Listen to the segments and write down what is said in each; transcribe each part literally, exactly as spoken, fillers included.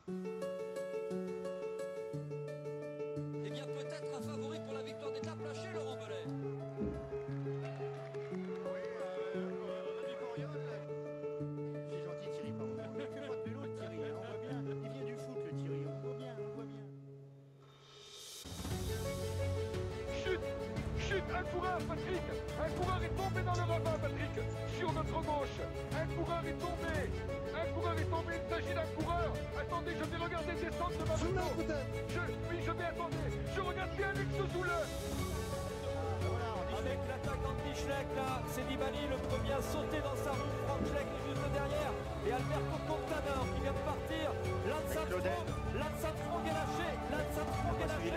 Eh bien, peut-être un favori pour la victoire d'étape lâché, Laurent Belay. Oui, euh, on a vu Coriol. C'est gentil, Thierry, pardon. Il fait pas de vélo, le Thierry, hein, on voit bien. Il vient du foot, le Thierry, on voit bien, on voit bien. Chute, chute, un coureur, Patrick. Un coureur est tombé dans le ravin, Patrick, sur notre gauche. Un coureur est tombé. Un coureur est tombé, il s'agit d'un coureur. Attendez, je vais regarder descendre de ma moto. Je, oui, je vais attendre. Je regarde bien Alex Zoule. Avec l'attaque d'Anti-Schleck, là, c'est Nibali le premier à sauter dans sa roue. Franck Schleck est juste derrière. Et Alberto Contador qui vient de partir. Lance Armstrong, Lance Armstrong est lâché. Lance Armstrong est lâché.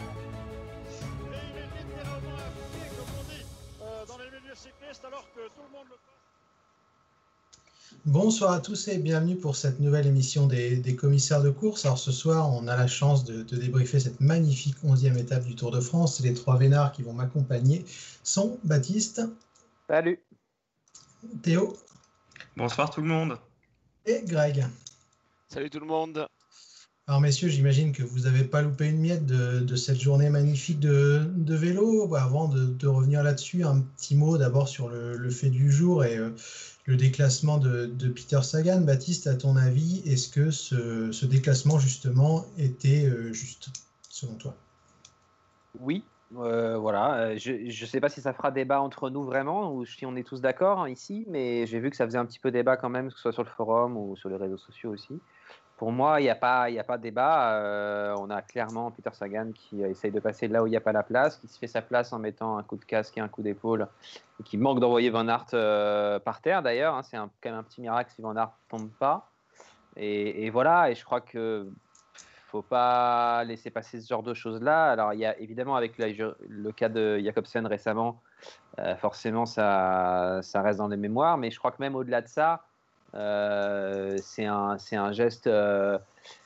Et il est littéralement à pied, comme on dit, euh, dans les milieux cyclistes, alors que tout le monde le fait. Bonsoir à tous et bienvenue pour cette nouvelle émission des, des commissaires de course. Alors ce soir, on a la chance de, de débriefer cette magnifique onzième étape du Tour de France. Et les trois vénards qui vont m'accompagner sont Baptiste. Salut. Théo. Bonsoir tout le monde. Et Greg. Salut tout le monde. Alors messieurs, j'imagine que vous n'avez pas loupé une miette de, de cette journée magnifique de, de vélo. Avant de, de revenir là-dessus, un petit mot d'abord sur le, le fait du jour et euh, le déclassement de, de Peter Sagan. Baptiste, à ton avis, est-ce que ce, ce déclassement justement était euh, juste, selon toi? Oui, euh, voilà. Je ne sais pas si ça fera débat entre nous vraiment ou si on est tous d'accord hein, ici, mais j'ai vu que ça faisait un petit peu débat quand même, que ce soit sur le forum ou sur les réseaux sociaux aussi. Pour moi, il n'y a pas, il n'y a pas de débat. Euh, on a clairement Peter Sagan qui essaye de passer là où il n'y a pas la place, qui se fait sa place en mettant un coup de casque et un coup d'épaule, et qui manque d'envoyer Van Aert euh, par terre d'ailleurs. Hein. C'est un, quand même un petit miracle si Van Aert ne tombe pas. Et, et voilà, et je crois que faut pas laisser passer ce genre de choses-là. Alors, il y a évidemment avec le, le cas de Jacobsen récemment, euh, forcément, ça, ça reste dans les mémoires, mais je crois que même au-delà de ça, Euh, c'est un, c'est un geste. Euh,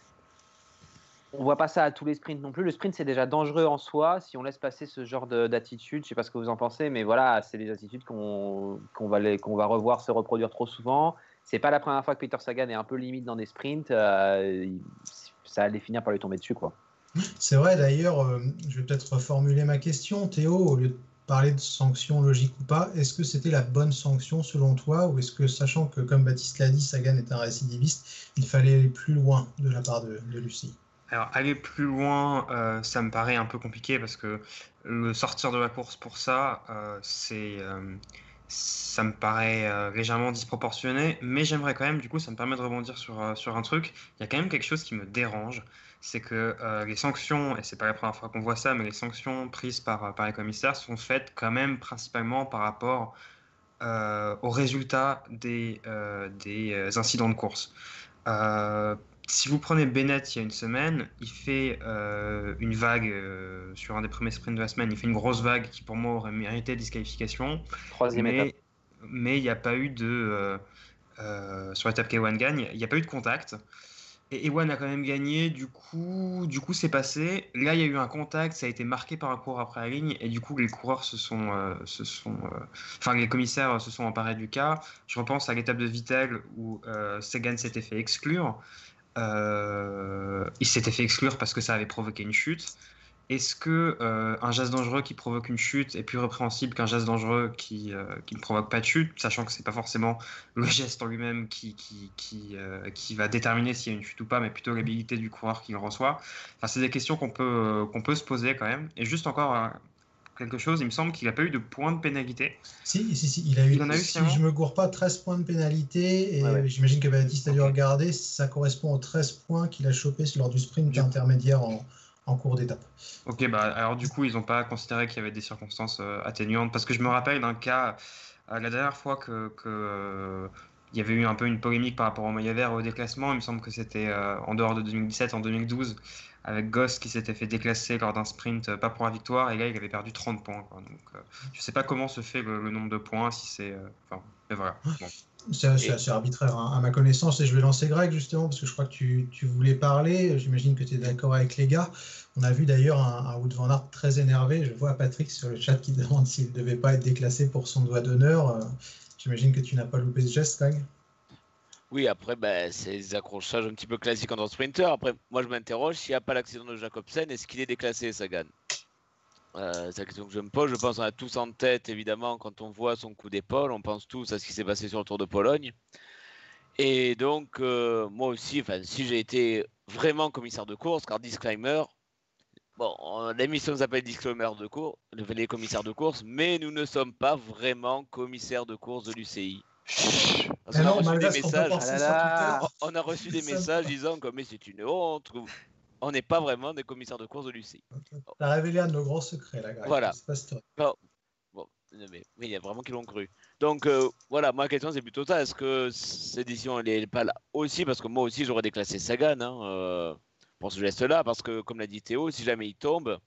on voit pas ça à tous les sprints non plus. Le sprint, c'est déjà dangereux en soi. Si on laisse passer ce genre de, d'attitude, je sais pas ce que vous en pensez, mais voilà, c'est des attitudes qu'on, qu'on, va les, qu'on va revoir se reproduire trop souvent. C'est pas la première fois que Peter Sagan est un peu limite dans des sprints. Euh, ça allait finir par lui tomber dessus, quoi. C'est vrai, d'ailleurs, euh, je vais peut-être reformuler ma question. Théo, au lieu de parler de sanctions logiques ou pas, est-ce que c'était la bonne sanction selon toi, ou est-ce que, sachant que, comme Baptiste l'a dit, Sagan est un récidiviste, il fallait aller plus loin de la part de, de Lucie? Alors aller plus loin, euh, ça me paraît un peu compliqué parce que le sortir de la course pour ça, euh, c'est, euh, ça me paraît euh, légèrement disproportionné, mais j'aimerais quand même, du coup ça me permet de rebondir sur, euh, sur un truc, il y a quand même quelque chose qui me dérange, c'est que euh, les sanctions, et c'est pas la première fois qu'on voit ça, mais les sanctions prises par, par les commissaires sont faites quand même principalement par rapport euh, aux résultats des, euh, des incidents de course. Euh, si vous prenez Bennett il y a une semaine, il fait euh, une vague euh, sur un des premiers sprints de la semaine, il fait une grosse vague qui pour moi aurait mérité disqualification. Troisième mais, étape. Mais il n'y a pas eu de... Euh, euh, sur l'étape qu'Ewan gagne, il n'y a pas eu de contact. Et Ewan a quand même gagné, du coup, du coup c'est passé. Là, il y a eu un contact, ça a été marqué par un coureur après la ligne, et du coup, les coureurs se sont, euh, se sont, euh, enfin, les commissaires se sont emparés du cas. Je repense à l'étape de Vittel où euh, Sagan s'était fait exclure. Euh, il s'était fait exclure parce que ça avait provoqué une chute. Est-ce que euh, un geste dangereux qui provoque une chute est plus répréhensible qu'un geste dangereux qui, euh, qui ne provoque pas de chute, sachant que c'est pas forcément le geste en lui-même qui, qui, qui, euh, qui va déterminer s'il y a une chute ou pas, mais plutôt l'habilité du coureur qui le reçoit. Enfin, c'est des questions qu'on peut, euh, qu'on peut se poser quand même. Et juste encore euh, quelque chose, il me semble qu'il n'a pas eu de point de pénalité. Si, si, si, il a eu, il en a eu, si je me gourre pas, treize points de pénalité, et ouais, ouais. J'imagine que Baptiste a dû okay. regarder, ça correspond aux treize points qu'il a chopés lors du sprint du... intermédiaire en... en cours d'étape. Ok, bah alors du coup, ils n'ont pas considéré qu'il y avait des circonstances euh, atténuantes, parce que je me rappelle d'un cas, euh, la dernière fois que, que euh, il y avait eu un peu une polémique par rapport au maillot vert et au déclassement, il me semble que c'était euh, en dehors de deux mille dix-sept, en deux mille douze, avec Goss qui s'était fait déclasser lors d'un sprint, euh, pas pour la victoire, et là, il avait perdu trente points. Quoi. Donc, euh, je ne sais pas comment se fait le, le nombre de points, si c'est... Euh, enfin, mais voilà. Bon. C'est assez, assez arbitraire hein, à ma connaissance, et je vais lancer Greg justement parce que je crois que tu, tu voulais parler. J'imagine que tu es d'accord avec les gars. On a vu d'ailleurs un, un Wout van Aert très énervé. Je vois Patrick sur le chat qui demande s'il ne devait pas être déclassé pour son doigt d'honneur. Euh, J'imagine que tu n'as pas loupé ce geste, Greg. Oui, après, ben, c'est des accrochages un petit peu classiques entre sprinters. Après, moi, je m'interroge, s'il n'y a pas l'accident de Jacobsen, est-ce qu'il est déclassé, Sagan? euh, C'est la question que je me pose. Je pense qu'on a tous en tête, évidemment, quand on voit son coup d'épaule, on pense tous à ce qui s'est passé sur le Tour de Pologne. Et donc, euh, moi aussi, si j'ai été vraiment commissaire de course, car disclaimer, bon, l'émission s'appelle Disclaimer de course, les commissaires de course, mais nous ne sommes pas vraiment commissaires de course de l'U C I. Parce qu'on a reçu des messages, Ah là là. on a reçu des messages disant que mais c'est une honte, on n'est pas vraiment des commissaires de course de l'U C I. T'as révélé un de nos grands secrets là, Greg. Voilà. Pas story. Bon, bon, mais oui, il y a vraiment qui l'ont cru. Donc euh, voilà, ma question c'est plutôt ça. Est-ce que cette décision elle est pas là aussi parce que moi aussi j'aurais déclassé Sagan hein, euh, pour ce geste-là parce que comme l'a dit Théo, si jamais il tombe,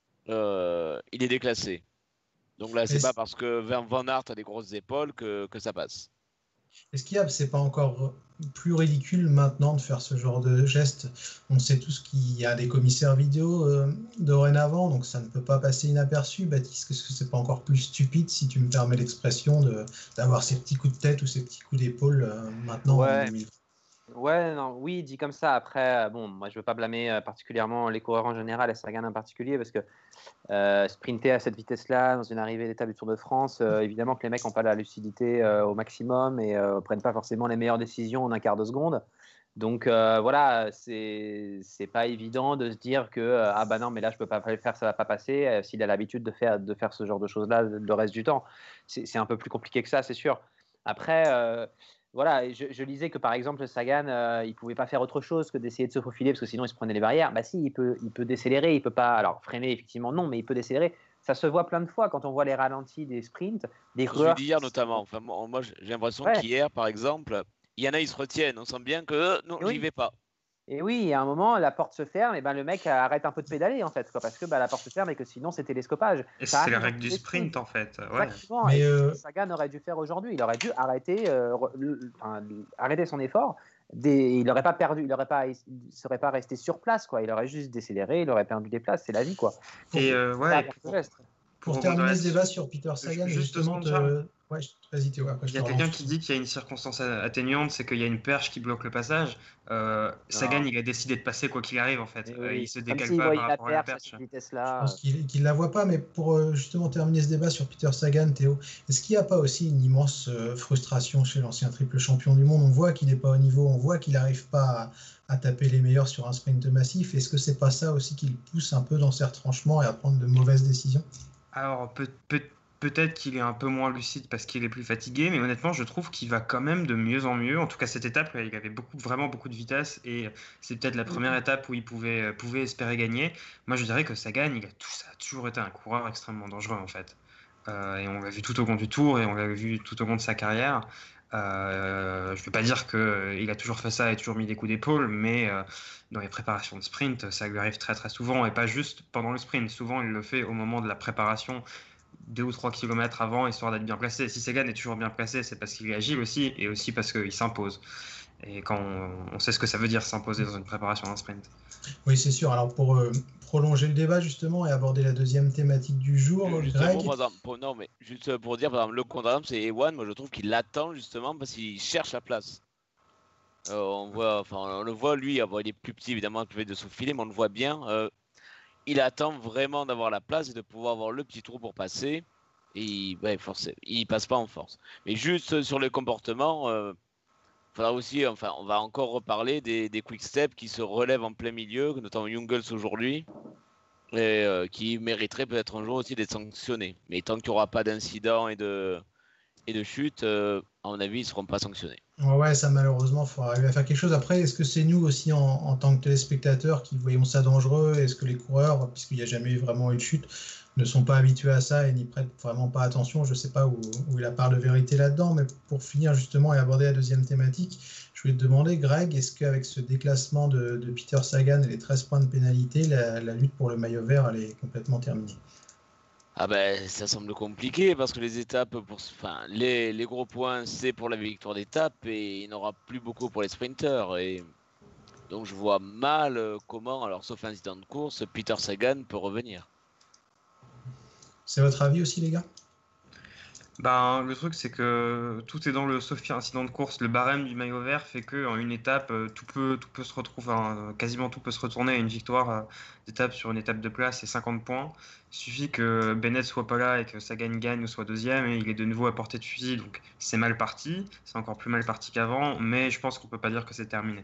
euh, il est déclassé. Donc là, c'est Mais pas parce que Van Aert a des grosses épaules que, que ça passe. Est-ce qu'il y a, c'est pas encore plus ridicule maintenant de faire ce genre de geste? On sait tous qu'il y a des commissaires vidéo euh, dorénavant, donc ça ne peut pas passer inaperçu. Baptiste, est-ce que c'est pas encore plus stupide, si tu me permets l'expression, de, d'avoir ces petits coups de tête ou ces petits coups d'épaule euh, maintenant ouais. en deux mille vingt? Ouais, non, oui, dit comme ça. Après, bon, moi, je veux pas blâmer euh, particulièrement les coureurs en général et Sagan en particulier, parce que euh, sprinter à cette vitesse-là, dans une arrivée d'étape du Tour de France, euh, évidemment que les mecs n'ont pas la lucidité euh, au maximum et euh, prennent pas forcément les meilleures décisions en un quart de seconde. Donc euh, voilà, c'est c'est pas évident de se dire que euh, ah bah non, mais là je peux pas le faire, ça va pas passer. Euh, s'il a l'habitude de faire de faire ce genre de choses-là le reste du temps, c'est c'est un peu plus compliqué que ça, c'est sûr. Après. Euh, Voilà, je, je lisais que par exemple Sagan, euh, il pouvait pas faire autre chose que d'essayer de se faufiler parce que sinon il se prenait les barrières. Bah si, il peut, il peut décélérer, il peut pas. Alors freiner effectivement non, mais il peut décélérer. Ça se voit plein de fois quand on voit les ralentis des sprints, des coureurs. D'hier notamment. Enfin, moi, moi j'ai l'impression ouais. qu'hier, par exemple, il y en a ils se retiennent. On sent bien que euh, non, oui. j'y vais pas. Et oui, à un moment, la porte se ferme, et ben le mec arrête un peu de pédaler en fait, quoi, parce que bah, la porte se ferme et que sinon c'est télescopage. Et ça c'est la règle du sprint en fait. Ouais. Exactement. Mais et euh... Sagan aurait dû faire aujourd'hui. Il aurait dû arrêter, euh, le, enfin, arrêter son effort. Des, il n'aurait pas perdu, il n'aurait pas, il serait pas resté sur place, quoi. Il aurait juste décéléré, il aurait perdu des places. C'est la vie, quoi. Et euh, ouais. Pour, pour, pour terminer ce débat sur Peter Sagan, juste justement, te... ouais, vas-y Théo. Après, il y a quelqu'un qui dit qu'il y a une circonstance atténuante, c'est qu'il y a une perche qui bloque le passage. Euh, Sagan, il a décidé de passer quoi qu'il arrive en fait. Oui, euh, il se décale si pas il par rapport la à la perche. perche. Je pense qu'il qu'il la voit pas, mais pour justement terminer ce débat sur Peter Sagan, Théo, est-ce qu'il n'y a pas aussi une immense euh, frustration chez l'ancien triple champion du monde? On voit qu'il n'est pas au niveau, on voit qu'il n'arrive pas à, à taper les meilleurs sur un sprint massif. Est-ce que c'est pas ça aussi qui le pousse un peu dans ses retranchements et à prendre de mauvaises décisions? Alors peut, peut, peut-être qu'il est un peu moins lucide parce qu'il est plus fatigué, mais honnêtement je trouve qu'il va quand même de mieux en mieux. En tout cas cette étape, il avait beaucoup, vraiment beaucoup de vitesse et c'est peut-être la première étape où il pouvait, pouvait espérer gagner. Moi je dirais que Sagan, il a, tout, ça a toujours été un coureur extrêmement dangereux en fait. Euh, et on l'a vu tout au long du Tour et on l'a vu tout au long de sa carrière. Euh, je ne veux pas dire qu'il a toujours fait ça et toujours mis des coups d'épaule, mais euh, dans les préparations de sprint, ça lui arrive très très souvent, et pas juste pendant le sprint. Souvent, il le fait au moment de la préparation, deux ou trois kilomètres avant, histoire d'être bien placé. Si Sagan est toujours bien placé, c'est parce qu'il est agile aussi, et aussi parce qu'il s'impose. Et quand on, on sait ce que ça veut dire s'imposer dans une préparation d'un sprint. Oui, c'est sûr. Alors pour euh, prolonger le débat justement et aborder la deuxième thématique du jour, justement, Greg... par exemple, pour, non, mais juste pour dire, par exemple, le contre c'est Ewan. Moi, je trouve qu'il l'attend justement parce qu'il cherche la place. Euh, on voit, enfin, on le voit lui. Il est plus petit évidemment que le fait de souffler, mais on le voit bien. Euh, il attend vraiment d'avoir la place et de pouvoir avoir le petit trou pour passer. Et ouais, forcément, il passe pas en force. Mais juste sur les comportements. Euh, Faudra aussi, enfin, on va encore reparler des, des quick steps qui se relèvent en plein milieu, notamment Jungels aujourd'hui, et euh, qui mériteraient peut-être un jour aussi d'être sanctionnés. Mais tant qu'il n'y aura pas d'incident et de, et de chute, euh, à mon avis, ils ne seront pas sanctionnés. Ouais, ouais, ça malheureusement, il faut arriver à faire quelque chose. Après, est-ce que c'est nous aussi, en, en tant que téléspectateurs, qui voyons ça dangereux? Est-ce que les coureurs, puisqu'il n'y a jamais vraiment eu de chute, ne sont pas habitués à ça et n'y prêtent vraiment pas attention? Je ne sais pas où, où est la part de vérité là-dedans, mais pour finir justement et aborder la deuxième thématique, je voulais te demander, Greg, est-ce qu'avec ce déclassement de, de Peter Sagan et les treize points de pénalité, la, la lutte pour le maillot vert, elle est complètement terminée? Ah ben, ça semble compliqué parce que les étapes, pour, enfin, les, les gros points, c'est pour la victoire d'étape et il n'y en aura plus beaucoup pour les sprinters. Et donc je vois mal comment, alors sauf incident de course, Peter Sagan peut revenir. C'est votre avis aussi, les gars? Ben, le truc, c'est que tout est dans le Sophie incident de course. Le barème du maillot vert fait qu'en une étape, euh, tout peut, tout peut se retrouver, enfin, quasiment tout peut se retourner à une victoire euh, d'étape sur une étape de place et cinquante points. Il suffit que Bennett soit pas là et que Sagan gagne ou soit deuxième et il est de nouveau à portée de fusil. Donc c'est mal parti. C'est encore plus mal parti qu'avant, mais je pense qu'on peut pas dire que c'est terminé.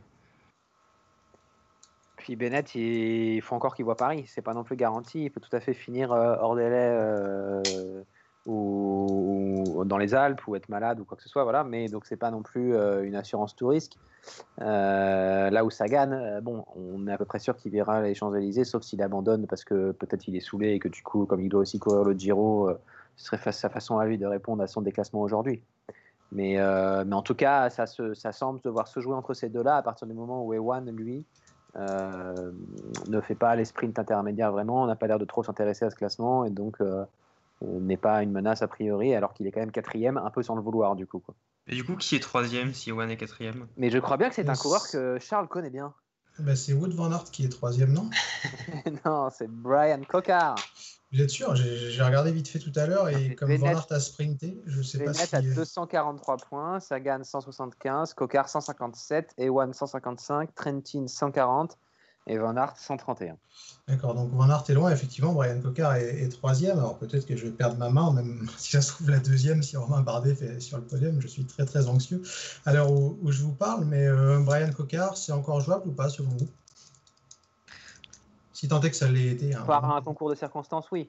Puis Bennett, il faut encore qu'il voit Paris. C'est pas non plus garanti. Il peut tout à fait finir euh, hors délai euh, ou, ou dans les Alpes ou être malade ou quoi que ce soit. Voilà. Mais donc c'est pas non plus euh, une assurance tout risque. Euh, là où Sagan, euh, bon, on est à peu près sûr qu'il verra les Champs-Élysées, sauf s'il abandonne parce que peut-être il est saoulé et que du coup, comme il doit aussi courir le Giro, euh, ce serait sa façon à lui de répondre à son déclassement aujourd'hui. Mais, euh, mais en tout cas, ça, se, ça semble devoir se jouer entre ces deux-là à partir du moment où Ewan, lui, Euh, ne fait pas les sprints intermédiaires vraiment, on n'a pas l'air de trop s'intéresser à ce classement et donc euh, n'est pas une menace a priori alors qu'il est quand même quatrième un peu sans le vouloir du coup quoi. Et du coup, qui est troisième si Ewan est quatrième? Mais je crois bien que c'est un Yes. coureur que Charles connaît bien. Bah, c'est Wout van Aert qui est troisième, non? Non, c'est Brian Coquard. Vous êtes sûr? J'ai j'ai regardé vite fait tout à l'heure et comme Bennett- Van Aert a sprinté, je sais pas Bennett si... a deux cent quarante-trois points, Sagan cent soixante-quinze, Coquard cent cinquante-sept, Ewan cent cinquante-cinq, Trentin cent quarante et Van Aert cent trente et un. D'accord, donc Van Aert est loin, effectivement, Brian Coquard est, est troisième, alors peut-être que je vais perdre ma main, même si ça se trouve la deuxième, si Romain Bardet fait sur le podium, je suis très très anxieux à l'heure où, où je vous parle, mais euh, Brian Coquard, c'est encore jouable ou pas selon vous? Si tant est que ça l'ait été. Hein, Par un concours de circonstances, oui.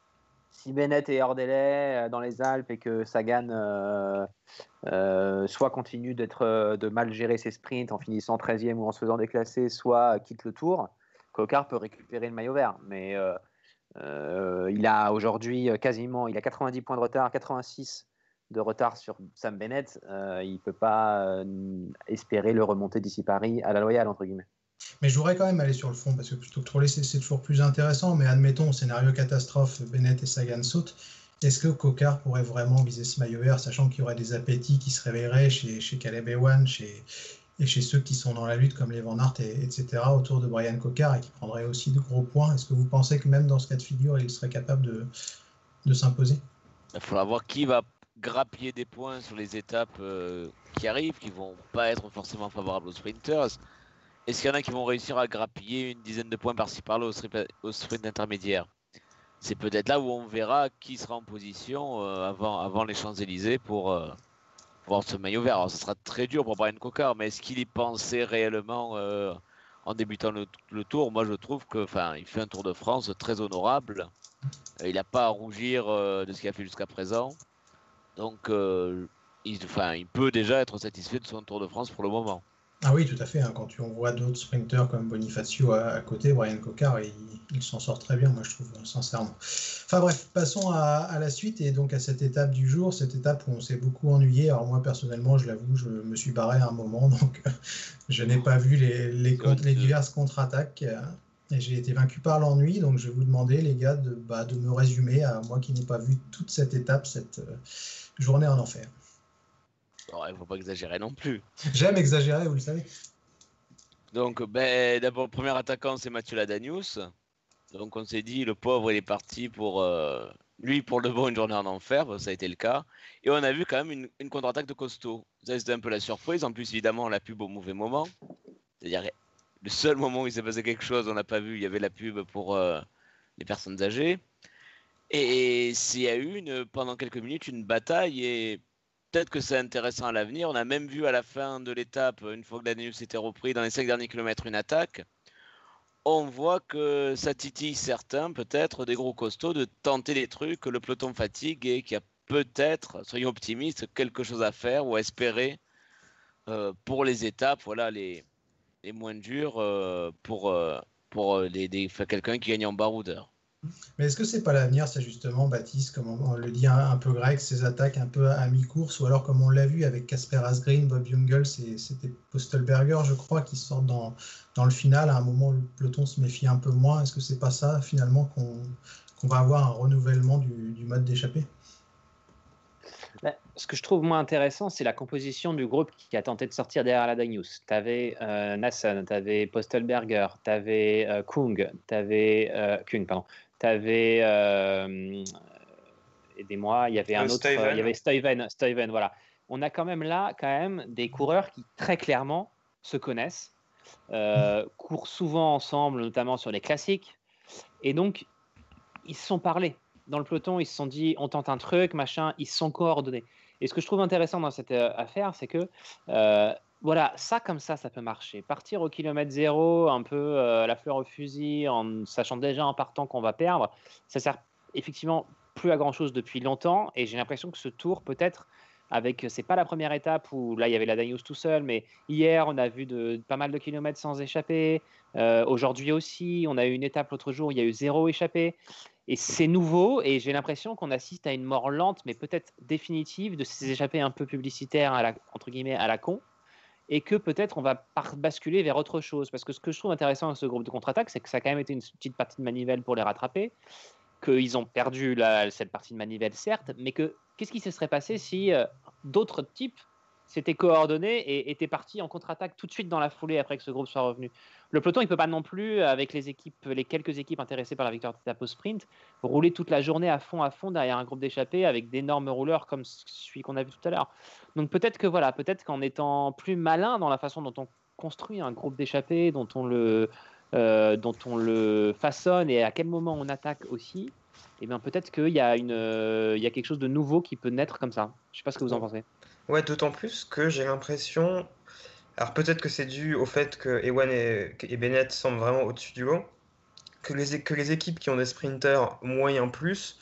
Si Bennett est hors délai euh, dans les Alpes et que Sagan euh, euh, soit continue d'être, euh, de mal gérer ses sprints en finissant treizième ou en se faisant déclasser, soit quitte le tour, Coquard peut récupérer le maillot vert. Mais euh, euh, il a aujourd'hui quasiment il a quatre-vingt-dix points de retard, quatre-vingt-six de retard sur Sam Bennett. Euh, il ne peut pas euh, espérer le remonter d'ici Paris à la loyale, entre guillemets. Mais je voudrais quand même aller sur le fond, parce que plutôt que trop laisser, c'est toujours plus intéressant. Mais admettons, scénario catastrophe, Bennett et Sagan sautent. Est-ce que Coquard pourrait vraiment viser ce maillot vert, sachant qu'il y aurait des appétits qui se réveilleraient chez, chez Caleb Ewan, chez, et chez ceux qui sont dans la lutte, comme les Van Aert, et, etc., autour de Brian Coquard, et qui prendraient aussi de gros points? Est-ce que vous pensez que même dans ce cas de figure, il serait capable de, de s'imposer? Il faudra voir qui va grappiller des points sur les étapes euh, qui arrivent, qui vont pas être forcément favorables aux sprinters. Est-ce qu'il y en a qui vont réussir à grappiller une dizaine de points par-ci par-là au sprint, au sprint intermédiaire? C'est peut-être là où on verra qui sera en position euh, avant, avant les Champs-Élysées pour, euh, pour avoir ce maillot vert. Alors, ce sera très dur pour Brian Coquard, mais est-ce qu'il y pensait réellement euh, en débutant le, le tour? Moi, je trouve que, enfin, il fait un Tour de France très honorable. Euh, il n'a pas à rougir euh, de ce qu'il a fait jusqu'à présent. Donc, euh, il, enfin, il peut déjà être satisfait de son Tour de France pour le moment. Ah oui, tout à fait. Hein. Quand tu, on voit d'autres sprinteurs comme Bonifacio à, à côté, Brian Coquard, il, il s'en sort très bien, moi je trouve, sincèrement. Enfin bref, passons à, à la suite et donc à cette étape du jour, cette étape où on s'est beaucoup ennuyé. Alors moi personnellement, je l'avoue, je me suis barré à un moment, donc je n'ai pas vu les, les, contre, les diverses contre-attaques et j'ai été vaincu par l'ennui. Donc je vais vous demander, les gars, de, bah, de me résumer, à moi qui n'ai pas vu toute cette étape, cette euh, journée en enfer. Il ne faut pas exagérer non plus. J'aime exagérer, vous le savez. Donc, ben, d'abord, le premier attaquant, c'est Mathieu Ladanius. Donc, on s'est dit, le pauvre, il est parti pour, euh, lui, pour le bon, une journée en enfer. Ça a été le cas. Et on a vu quand même une, une contre-attaque de costaud. Ça, c'était un peu la surprise. En plus, évidemment, la pub au mauvais moment. C'est-à-dire, le seul moment où il s'est passé quelque chose, on n'a pas vu, il y avait la pub pour euh, les personnes âgées. Et, et s'il y a eu, une, pendant quelques minutes, une bataille et... Peut-être que c'est intéressant à l'avenir. On a même vu à la fin de l'étape, une fois que Ladanius était repris, dans les cinq derniers kilomètres, une attaque. On voit que ça titille certains, peut-être, des gros costauds, de tenter des trucs que le peloton fatigue et qu'il y a peut-être, soyons optimistes, quelque chose à faire ou à espérer euh, pour les étapes, voilà, les, les moins dures, euh, pour, euh, pour les, les, quelqu'un qui gagne en baroudeur. Mais est-ce que c'est pas l'avenir, c'est justement, Baptiste, comme on, on le dit un, un peu grec, ces attaques un peu à mi-course, ou alors comme on l'a vu avec Casper Asgreen, Bob Jungels, et c'était Postelberger, je crois, qui sortent dans, dans le final, à un moment où le peloton se méfie un peu moins. Est-ce que c'est pas ça, finalement, qu'on qu'on va avoir un renouvellement du, du mode d'échappée? Ben, ce que je trouve moins intéressant, c'est la composition du groupe qui a tenté de sortir derrière Ladanius. Tu avais euh, Nassen, tu avais Postelberger, tu avais euh, Kung, tu avais euh, Kung, pardon. Tu avais euh, aidez-moi, il y avait un Euh, autre, Stuyven. euh, il y avait Stuyven, Stuyven, voilà. On a quand même là, quand même, des coureurs qui très clairement se connaissent, euh, courent souvent ensemble, notamment sur les classiques, et donc ils se sont parlé. Dans le peloton, ils se sont dit, on tente un truc, machin, ils se sont coordonnés. Et ce que je trouve intéressant dans cette euh, affaire, c'est que, euh, voilà, ça comme ça, ça peut marcher. Partir au kilomètre zéro, un peu euh, la fleur au fusil, en sachant déjà en partant qu'on va perdre, ça sert effectivement plus à grand-chose depuis longtemps. Et j'ai l'impression que ce tour, peut-être, avec, c'est pas la première étape où là, il y avait la Danius tout seul, mais hier, on a vu de, pas mal de kilomètres sans échapper. Euh, aujourd'hui aussi, on a eu une étape l'autre jour, où il y a eu zéro échappé. Et c'est nouveau, et j'ai l'impression qu'on assiste à une mort lente, mais peut-être définitive, de ces échappées un peu publicitaires, à la, entre guillemets, à la con, et que peut-être on va par- basculer vers autre chose. Parce que ce que je trouve intéressant avec ce groupe de contre-attaque, c'est que ça a quand même été une petite partie de manivelle pour les rattraper, qu'ils ont perdu la, cette partie de manivelle, certes, mais que qu'est-ce qui se serait passé si euh, d'autres types s'étaient coordonnés et étaient partis en contre-attaque tout de suite dans la foulée après que ce groupe soit revenu. Le peloton, il ne peut pas non plus, avec les équipes, les quelques équipes intéressées par la victoire d'étape au sprint, rouler toute la journée à fond à fond derrière un groupe d'échappés avec d'énormes rouleurs comme celui qu'on a vu tout à l'heure. Donc peut-être que voilà, peut-être qu'en étant plus malin dans la façon dont on construit un groupe d'échappés, dont on le, euh, dont on le façonne et à quel moment on attaque aussi, eh bien peut-être qu'il y a une, euh, il y a quelque chose de nouveau qui peut naître comme ça. Je ne sais pas ce que vous en pensez. Ouais, d'autant plus que j'ai l'impression. Alors peut-être que c'est dû au fait que Ewan et, et Bennett semblent vraiment au-dessus du lot, que les, é- que les équipes qui ont des sprinters moyens plus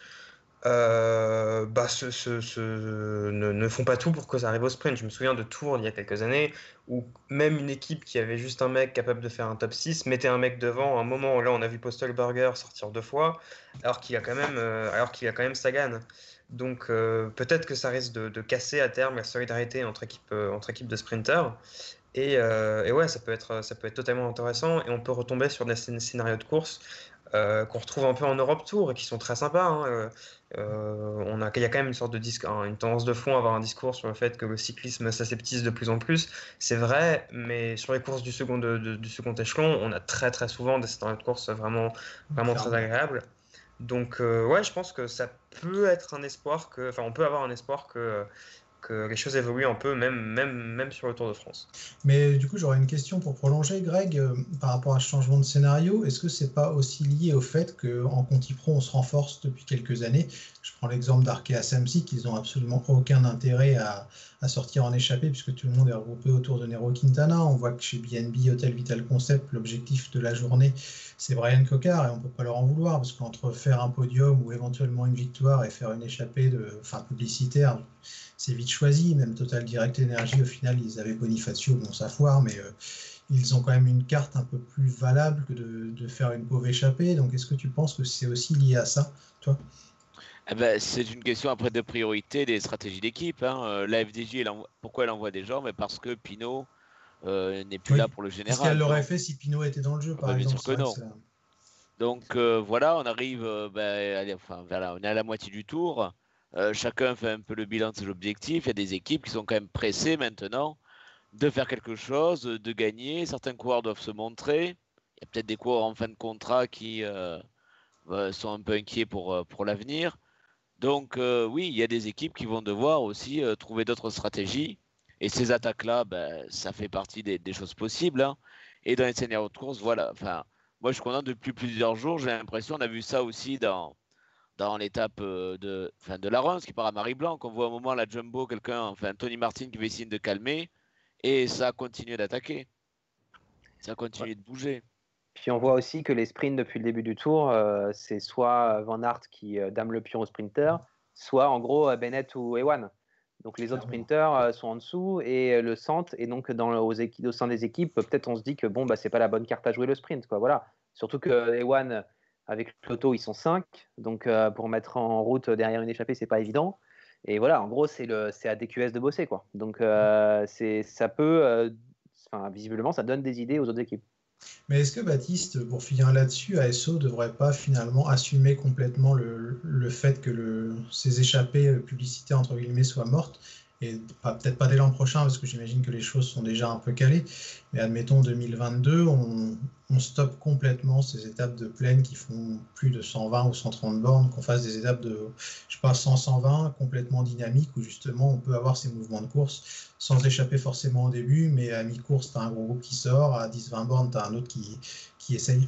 euh, bah, se- se- se- ne, ne font pas tout pour que ça arrive au sprint. Je me souviens de Tours il y a quelques années où même une équipe qui avait juste un mec capable de faire un top six mettait un mec devant. À un moment où là on a vu Postelberger sortir deux fois alors qu'il a quand même, euh, alors qu'il a quand même Sagan. Donc euh, peut-être que ça risque de, de casser à terme la solidarité entre équipes, euh, entre équipes de sprinters. Et, euh, et ouais, ça peut être, ça peut être totalement intéressant. Et on peut retomber sur des scén- scénarios de course euh, qu'on retrouve un peu en Europe Tour et qui sont très sympas. Hein. Euh, euh, on a, il y a quand même une sorte de disque, hein, une tendance de fond à avoir un discours sur le fait que le cyclisme s'aseptise de plus en plus. C'est vrai, mais sur les courses du second, de- de- du second échelon, on a très très souvent des scénarios de course vraiment, vraiment très Clairement. agréables. Donc euh, ouais, je pense que ça peut être un espoir que, enfin, on peut avoir un espoir que que les choses évoluent un peu, même, même, même sur le Tour de France. Mais du coup, j'aurais une question pour prolonger, Greg, euh, par rapport à ce changement de scénario. Est-ce que c'est pas aussi lié au fait qu'en Conti Pro, on se renforce depuis quelques années? Je prends l'exemple d'Arkea Samsic, qu'ils n'ont absolument aucun intérêt à, à sortir en échappée, puisque tout le monde est regroupé autour de Nero Quintana. On voit que chez B N B Hotel Vital Concept, l'objectif de la journée, c'est Brian Cocard, et on ne peut pas leur en vouloir, parce qu'entre faire un podium ou éventuellement une victoire et faire une échappée de, enfin, publicitaire, c'est vite choisi. Même Total Direct Energy, au final, ils avaient Bonifacio, bon, ça foire, mais euh, ils ont quand même une carte un peu plus valable que de, de faire une pauvre échappée. Donc, est-ce que tu penses que c'est aussi lié à ça, toi? Eh ben, c'est une question après de priorité des stratégies d'équipe. Hein. Euh, La F D J, elle envoie- pourquoi elle envoie des gens? Mais parce que Pinot euh, n'est plus Oui. là pour le général. Est-ce qu'elle l'aurait donc- fait si Pinot était dans le jeu, Ah par bah, bien exemple? sûr que C'est vrai non. que ça- Donc euh, voilà, on arrive, euh, ben, allez, enfin, voilà, on est à la moitié du tour. Euh, chacun fait un peu le bilan de ses objectifs. Il y a des équipes qui sont quand même pressées maintenant de faire quelque chose, de gagner. Certains coureurs doivent se montrer. Il y a peut-être des coureurs en fin de contrat qui euh, euh, sont un peu inquiets pour, euh, pour l'avenir. Donc euh, oui, il y a des équipes qui vont devoir aussi euh, trouver d'autres stratégies. Et ces attaques-là, ben, ça fait partie des, des choses possibles. Hein. Et dans les scénarios de course, voilà. Enfin, moi, je suis content depuis plusieurs jours. J'ai l'impression, on a vu ça aussi dans, dans l'étape euh, de, enfin, de la Reims qui part à Marie-Blanc. On voit un moment la Jumbo, quelqu'un, enfin Tony Martin qui va essayer de calmer. Et ça a continué d'attaquer. Ça a continué de bouger. Puis on voit aussi que les sprints depuis le début du tour, euh, c'est soit Van Aert qui euh, dame le pion au sprinter, soit en gros euh, Bennett ou Ewan. Donc les autres Clairement. sprinters euh, sont en dessous et euh, le centre. Et donc dans, le- aux équi- au sein des équipes, peut-être on se dit que bon, bah, c'est pas la bonne carte à jouer le sprint. Quoi, voilà. Surtout que Ewan, avec l'auto, ils sont cinq. Donc euh, pour mettre en route derrière une échappée, c'est pas évident. Et voilà, en gros, c'est le- c'est à D Q S de bosser. Quoi. Donc euh, c'est- ça peut, euh, enfin, visiblement, ça donne des idées aux autres équipes. Mais est-ce que Baptiste, pour finir là-dessus, A S O ne devrait pas finalement assumer complètement le, le fait que le, ces échappées publicitaires entre guillemets soient mortes et pas, peut-être pas dès l'an prochain, parce que j'imagine que les choses sont déjà un peu calées, mais admettons deux mille vingt-deux, on, on stoppe complètement ces étapes de plaine qui font plus de cent vingt ou cent trente bornes, qu'on fasse des étapes de, je sais pas, cent, cent vingt, complètement dynamiques, où justement on peut avoir ces mouvements de course sans échapper forcément au début, mais à mi-course, tu as un gros groupe qui sort, à dix vingt bornes, tu as un autre qui, qui essaye.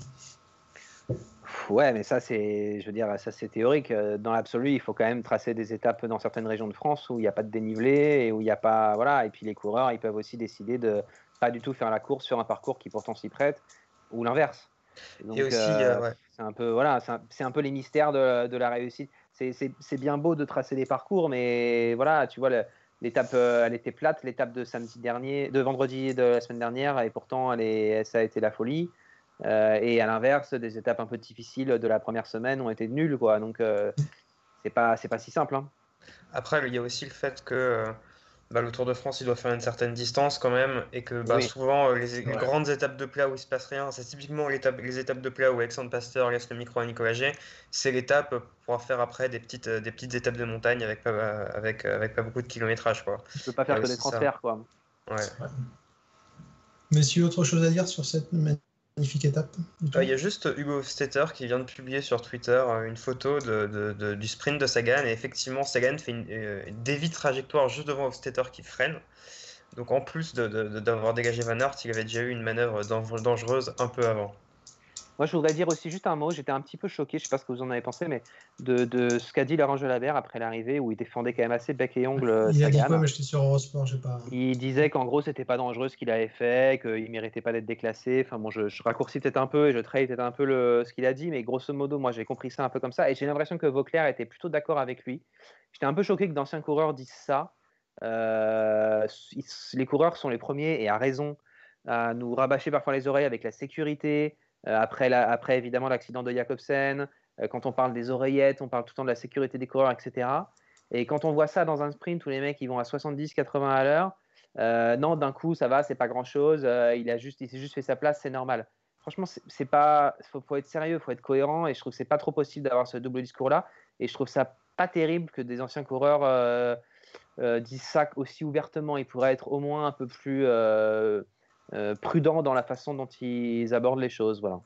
Ouais, mais ça, c'est, je veux dire, ça, c'est théorique. Dans l'absolu, il faut quand même tracer des étapes dans certaines régions de France où il n'y a pas de dénivelé et où il n'y a pas, voilà. Et puis les coureurs, ils peuvent aussi décider de pas du tout faire la course sur un parcours qui pourtant s'y prête, ou l'inverse. Donc, Et aussi, euh, euh, ouais. c'est un peu, voilà, c'est un, c'est un peu les mystères de, de la réussite. C'est, c'est, c'est bien beau de tracer des parcours, mais voilà, tu vois, le, l'étape, euh, elle était plate, l'étape de samedi dernier, de vendredi de la semaine dernière, et pourtant, elle est, ça a été la folie. Euh, et à l'inverse, des étapes un peu difficiles de la première semaine ont été nulles, quoi. Donc, euh, c'est pas, c'est pas si simple. Hein. Après, il y a aussi le fait que euh, bah, le Tour de France, il doit faire une certaine distance quand même, et que bah, Oui. souvent, euh, les, les Ouais. grandes étapes de plat où il se passe rien, c'est typiquement l'étape, les étapes de plat où Alexandre Pasteur laisse le micro à Nicolas Gé. C'est l'étape pour pouvoir faire après des petites, euh, des petites étapes de montagne avec pas, euh, avec, euh, avec pas beaucoup de kilométrage, quoi. Tu peux pas faire Ouais, que des c'est ça. transferts, quoi. Ouais. Ouais. Messieurs, autre chose à dire sur cette magnifique étape du Tour ? Euh, Il y a juste Hugo Hofstetter qui vient de publier sur Twitter euh, une photo de, de- de- du sprint de Sagan, et effectivement Sagan fait une, euh, une dévie de trajectoire juste devant Hofstetter qui freine. Donc en plus de- de- de- d'avoir dégagé Van Aert, il avait déjà eu une manœuvre dan- dangereuse un peu avant. Moi, je voudrais dire aussi juste un mot. J'étais un petit peu choqué, je sais pas ce que vous en avez pensé, mais de, de ce qu'a dit Laurent Jalabert après l'arrivée, où il défendait quand même assez bec et ongle euh, Il a dit Sagan. quoi? Mais j'étais sur Eurosport, j'ai pas. Il disait qu'en gros, c'était pas dangereux ce qu'il avait fait, qu'il méritait pas d'être déclassé. Enfin bon, je, je raccourcis peut-être un peu et je trahis peut-être un peu le, ce qu'il a dit, mais grosso modo, moi j'ai compris ça un peu comme ça. Et j'ai l'impression que Vauclair était plutôt d'accord avec lui. J'étais un peu choqué que d'anciens coureurs disent ça. Euh, ils- les coureurs sont les premiers, et à raison, à nous rabâcher parfois les oreilles avec la sécurité. Euh, après, la- après, évidemment, l'accident de Jacobsen. Euh, quand on parle des oreillettes, on parle tout le temps de la sécurité des coureurs, et cetera. Et quand on voit ça dans un sprint où les mecs ils vont à soixante-dix quatre-vingts à l'heure, euh, non, d'un coup, ça va, c'est pas grand-chose. Euh, il a juste, il s'est juste fait sa place, c'est normal. Franchement, c'est, c'est pas, faut, faut être sérieux, faut être cohérent, et je trouve que c'est pas trop possible d'avoir ce double discours-là. Et je trouve ça pas terrible que des anciens coureurs euh, euh, disent ça aussi ouvertement. Ils pourraient être au moins un peu plus euh, euh, prudents dans la façon dont ils abordent les choses. Voilà.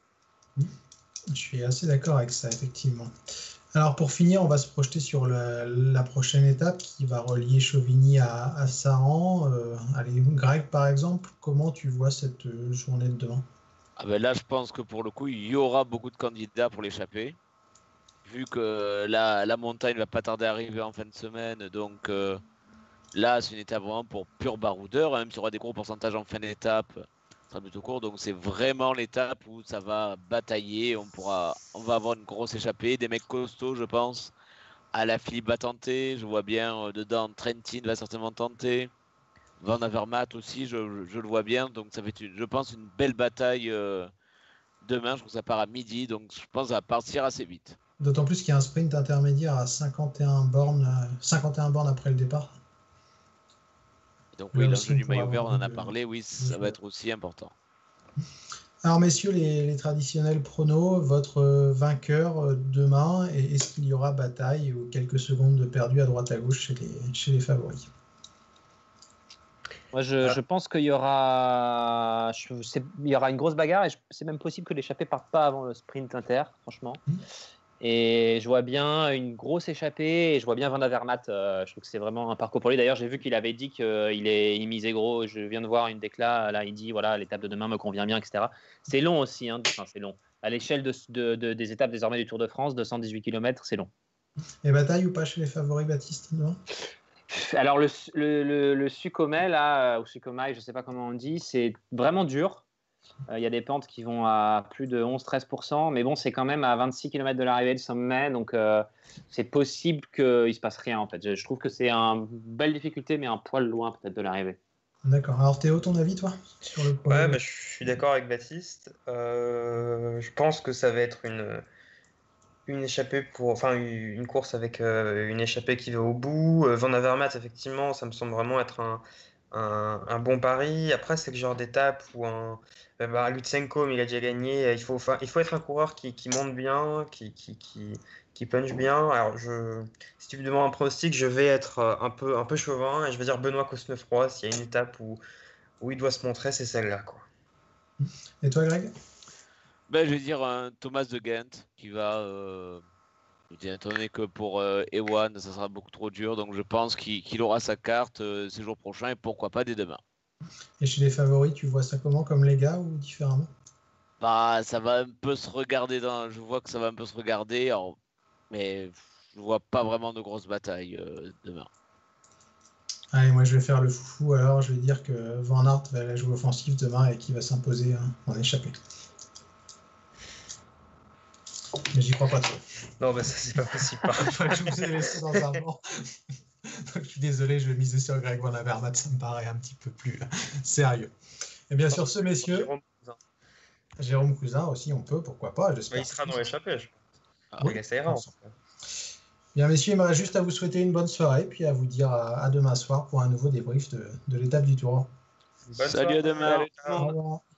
Je suis assez d'accord avec ça, effectivement. Alors pour finir, on va se projeter sur le- la prochaine étape qui va relier Chauvigny à, à Saran. Euh, allez, Greg, par exemple, comment tu vois cette euh, journée de demain? Ah ben là, je pense que pour le coup, il y aura beaucoup de candidats pour l'échapper. Vu que la, la montagne va pas tarder à arriver en fin de semaine. Donc euh, là, c'est une étape vraiment pour pur baroudeur. Même s'il y aura des gros pourcentages en fin d'étape, ça sera plutôt court. Donc c'est vraiment l'étape où ça va batailler. On, pourra, on va avoir une grosse échappée. Des mecs costauds, je pense. Alaphilippe va tenter. Je vois bien euh, dedans, Trentin va certainement tenter. Van Avermaet aussi, je, je le vois bien. Donc ça fait, une, je pense, une belle bataille euh, demain. Je trouve que ça part à midi. Donc je pense que ça va partir assez vite. D'autant plus qu'il y a un sprint intermédiaire à cinquante et un bornes, euh, cinquante et un bornes après le départ. Donc Là oui, aussi, l'enjeu on du pourra maillot vert, on avoir en a de- parlé. Oui, ça va être aussi important. Alors messieurs, les, les traditionnels pronos, votre euh, vainqueur euh, demain, et est-ce qu'il y aura bataille ou quelques secondes de perdu à droite à gauche chez les, chez les favoris? Moi, je, Ah. je pense qu'il y aura, je- c'est- il y aura une grosse bagarre, et je- c'est même possible que l'échappée parte pas avant le sprint inter, franchement. Mhm. Et je vois bien une grosse échappée, et je vois bien Van Avermaet. euh, je trouve que c'est vraiment un parcours pour lui. D'ailleurs, j'ai vu qu'il avait dit qu'il est, il misait gros. Je viens de voir une décla. Là, il dit voilà, l'étape de demain me convient bien, et cetera. C'est long aussi, hein, enfin, c'est long. À l'échelle de, de- de- des étapes désormais du Tour de France, deux cent dix-huit kilomètres, c'est long. Et bataille ou pas chez les favoris, Baptiste, demain? Alors le, le, le, le Sucomai, là, ou Sucomai, je ne sais pas comment on dit, c'est vraiment dur. Il euh, y a des pentes qui vont à plus de onze à treize pour cent, mais bon, c'est quand même à vingt-six kilomètres de l'arrivée du sommet, donc euh, c'est possible qu'il ne se passe rien en fait. Je, je trouve que c'est une belle difficulté, mais un poil loin peut-être de l'arrivée. D'accord. Alors Théo, ton avis, toi, sur le projet? Ouais, bah, je suis d'accord avec Baptiste. Euh, je pense que ça va être une, une échappée pour, enfin une course avec euh, une échappée qui va au bout. Euh, Van Avermaet, effectivement, ça me semble vraiment être un, un, un bon pari. Après, c'est le genre d'étape où un euh, bah, Lutsenko, mais il a déjà gagné. Il faut, enfin, il faut être un coureur qui, qui monte bien, qui, qui, qui, qui punch bien. Alors, je, si tu me demandes un pronostic, je vais être euh, un peu, un peu chauvin et je vais dire Benoît Cosnefroy. S'il y a une étape où, où il doit se montrer, c'est celle-là, quoi. Et toi, Greg? Ben, je vais dire un Thomas de Ghent qui va. Euh... Je étant donné que pour euh, Ewan, ça sera beaucoup trop dur. Donc je pense qu'il qu'il aura sa carte euh, ces jours prochains et pourquoi pas dès demain. Et chez les favoris, tu vois ça comment, comme les gars ou différemment? Bah, ça va un peu se regarder dans. Je vois que ça va un peu se regarder. Alors... Mais je vois pas vraiment de grosses batailles euh, demain. Allez, moi je vais faire le foufou, alors je vais dire que Van Aert va aller jouer offensif demain et qu'il va s'imposer hein, en échappée. Mais j'y crois pas trop. Non, bah ça c'est pas possible. Je vous ai laissé dans un banc. Donc, je suis désolé, je vais miser sur Greg Van Avermaet, ça me paraît un petit peu plus euh, sérieux. Et bien sûr, ce messieurs, Jérôme Cousin. Jérôme Cousin aussi, on peut, pourquoi pas, j'espère. Mais il sera dans l'échappée, je pense. Ah, oui, ça ira. Bien messieurs, il me reste juste à vous souhaiter une bonne soirée, puis à vous dire à, à demain soir pour un nouveau débrief de, de l'étape du Tour. Bonne Salut, soirée. à demain. Salut, ciao. Au revoir.